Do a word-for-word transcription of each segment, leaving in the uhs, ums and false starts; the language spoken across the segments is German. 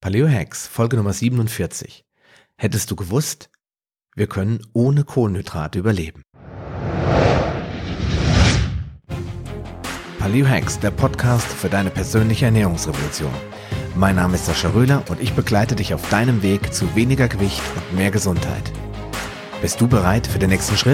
Paleo Hacks, Folge Nummer siebenundvierzig. Hättest du gewusst, wir können ohne Kohlenhydrate überleben. Paleo Hacks, der Podcast für deine persönliche Ernährungsrevolution. Mein Name ist Sascha Röhler und ich begleite dich auf deinem Weg zu weniger Gewicht und mehr Gesundheit. Bist du bereit für den nächsten Schritt?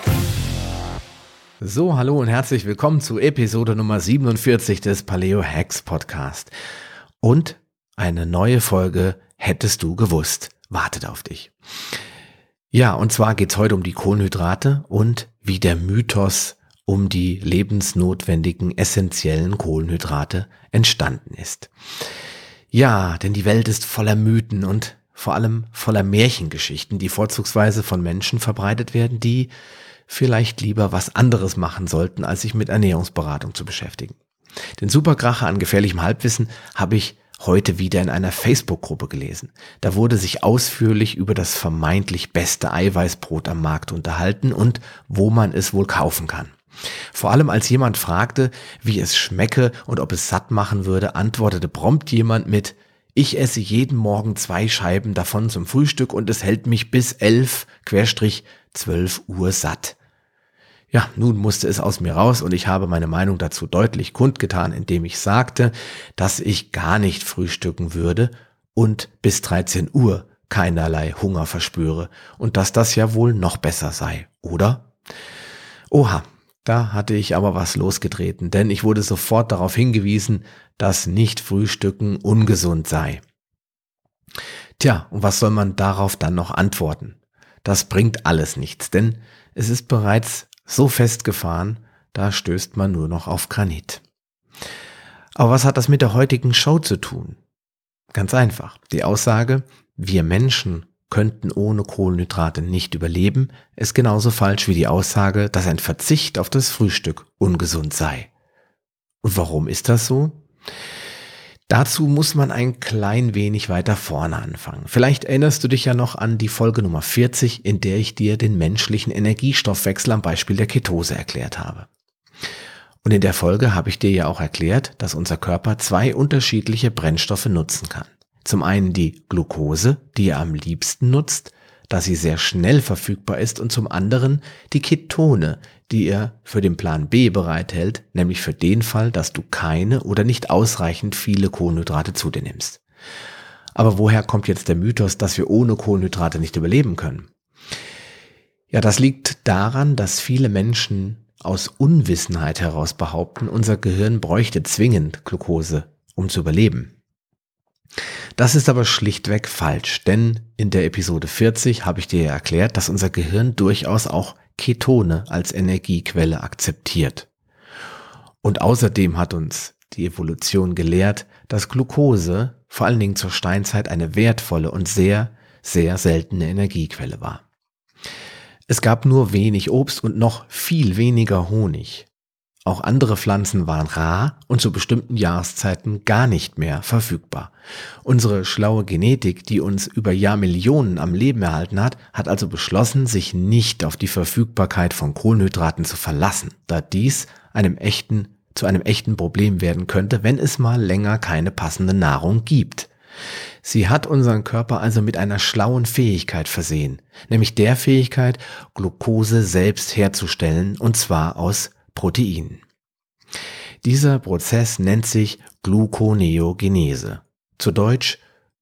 So, hallo und herzlich willkommen zu Episode Nummer siebenundvierzig des Paleo Hacks Podcast. Und eine neue Folge Hättest du gewusst, wartet auf dich. Ja, und zwar geht's heute um die Kohlenhydrate und wie der Mythos um die lebensnotwendigen, essentiellen Kohlenhydrate entstanden ist. Ja, denn die Welt ist voller Mythen und vor allem voller Märchengeschichten, die vorzugsweise von Menschen verbreitet werden, die vielleicht lieber was anderes machen sollten, als sich mit Ernährungsberatung zu beschäftigen. Den Superkracher an gefährlichem Halbwissen habe ich heute wieder in einer Facebook-Gruppe gelesen. Da wurde sich ausführlich über das vermeintlich beste Eiweißbrot am Markt unterhalten und wo man es wohl kaufen kann. Vor allem als jemand fragte, wie es schmecke und ob es satt machen würde, antwortete prompt jemand mit: Ich esse jeden Morgen zwei Scheiben davon zum Frühstück und es hält mich bis elf, Querstrich zwölf Uhr satt. Ja, nun musste es aus mir raus und ich habe meine Meinung dazu deutlich kundgetan, indem ich sagte, dass ich gar nicht frühstücken würde und bis dreizehn Uhr keinerlei Hunger verspüre und dass das ja wohl noch besser sei, oder? Oha, da hatte ich aber was losgetreten, denn ich wurde sofort darauf hingewiesen, dass nicht Frühstücken ungesund sei. Tja, und was soll man darauf dann noch antworten? Das bringt alles nichts, denn es ist bereits so festgefahren, da stößt man nur noch auf Granit. Aber was hat das mit der heutigen Show zu tun? Ganz einfach. Die Aussage, wir Menschen könnten ohne Kohlenhydrate nicht überleben, ist genauso falsch wie die Aussage, dass ein Verzicht auf das Frühstück ungesund sei. Und warum ist das so? Dazu muss man ein klein wenig weiter vorne anfangen. Vielleicht erinnerst du dich ja noch an die Folge Nummer vierzig, in der ich dir den menschlichen Energiestoffwechsel am Beispiel der Ketose erklärt habe. Und in der Folge habe ich dir ja auch erklärt, dass unser Körper zwei unterschiedliche Brennstoffe nutzen kann. Zum einen die Glucose, die er am liebsten nutzt, da sie sehr schnell verfügbar ist, und zum anderen die Ketone, die er für den Plan B bereithält, nämlich für den Fall, dass du keine oder nicht ausreichend viele Kohlenhydrate zu dir nimmst. Aber woher kommt jetzt der Mythos, dass wir ohne Kohlenhydrate nicht überleben können? Ja, das liegt daran, dass viele Menschen aus Unwissenheit heraus behaupten, unser Gehirn bräuchte zwingend Glucose, um zu überleben. Das ist aber schlichtweg falsch, denn in der Episode vierzig habe ich dir ja erklärt, dass unser Gehirn durchaus auch Ketone als Energiequelle akzeptiert. Und außerdem hat uns die Evolution gelehrt, dass Glucose vor allen Dingen zur Steinzeit eine wertvolle und sehr, sehr seltene Energiequelle war. Es gab nur wenig Obst und noch viel weniger Honig. Auch andere Pflanzen waren rar und zu bestimmten Jahreszeiten gar nicht mehr verfügbar. Unsere schlaue Genetik, die uns über Jahrmillionen am Leben erhalten hat, hat also beschlossen, sich nicht auf die Verfügbarkeit von Kohlenhydraten zu verlassen, da dies einem echten, zu einem echten Problem werden könnte, wenn es mal länger keine passende Nahrung gibt. Sie hat unseren Körper also mit einer schlauen Fähigkeit versehen, nämlich der Fähigkeit, Glucose selbst herzustellen, und zwar aus Proteinen. Dieser Prozess nennt sich Gluconeogenese, zu Deutsch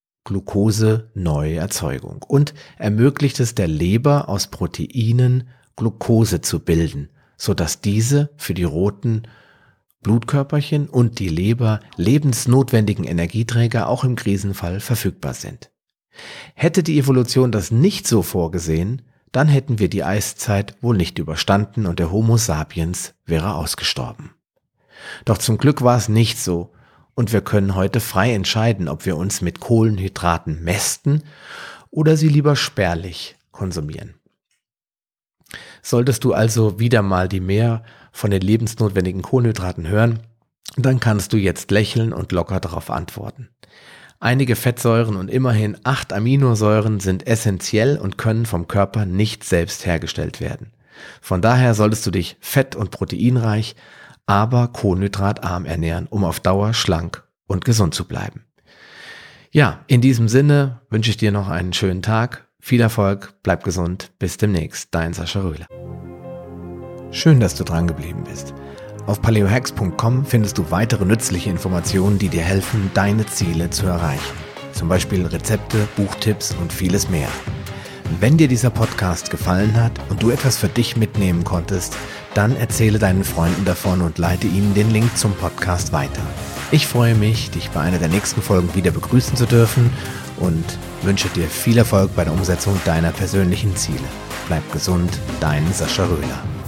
Glucose-Neuerzeugung, und ermöglicht es der Leber, aus Proteinen Glucose zu bilden, sodass diese für die roten Blutkörperchen und die Leber lebensnotwendigen Energieträger auch im Krisenfall verfügbar sind. Hätte die Evolution das nicht so vorgesehen, dann hätten wir die Eiszeit wohl nicht überstanden und der Homo sapiens wäre ausgestorben. Doch zum Glück war es nicht so und wir können heute frei entscheiden, ob wir uns mit Kohlenhydraten mästen oder sie lieber spärlich konsumieren. Solltest du also wieder mal die mehr von den lebensnotwendigen Kohlenhydraten hören, dann kannst du jetzt lächeln und locker darauf antworten. Einige Fettsäuren und immerhin acht Aminosäuren sind essentiell und können vom Körper nicht selbst hergestellt werden. Von daher solltest du dich fett- und proteinreich, aber kohlenhydratarm ernähren, um auf Dauer schlank und gesund zu bleiben. Ja, in diesem Sinne wünsche ich dir noch einen schönen Tag. Viel Erfolg, bleib gesund, bis demnächst, dein Sascha Röhler. Schön, dass du dran geblieben bist. Auf paleohacks punkt com findest du weitere nützliche Informationen, die dir helfen, deine Ziele zu erreichen. Zum Beispiel Rezepte, Buchtipps und vieles mehr. Wenn dir dieser Podcast gefallen hat und du etwas für dich mitnehmen konntest, dann erzähle deinen Freunden davon und leite ihnen den Link zum Podcast weiter. Ich freue mich, dich bei einer der nächsten Folgen wieder begrüßen zu dürfen und wünsche dir viel Erfolg bei der Umsetzung deiner persönlichen Ziele. Bleib gesund, dein Sascha Röhler.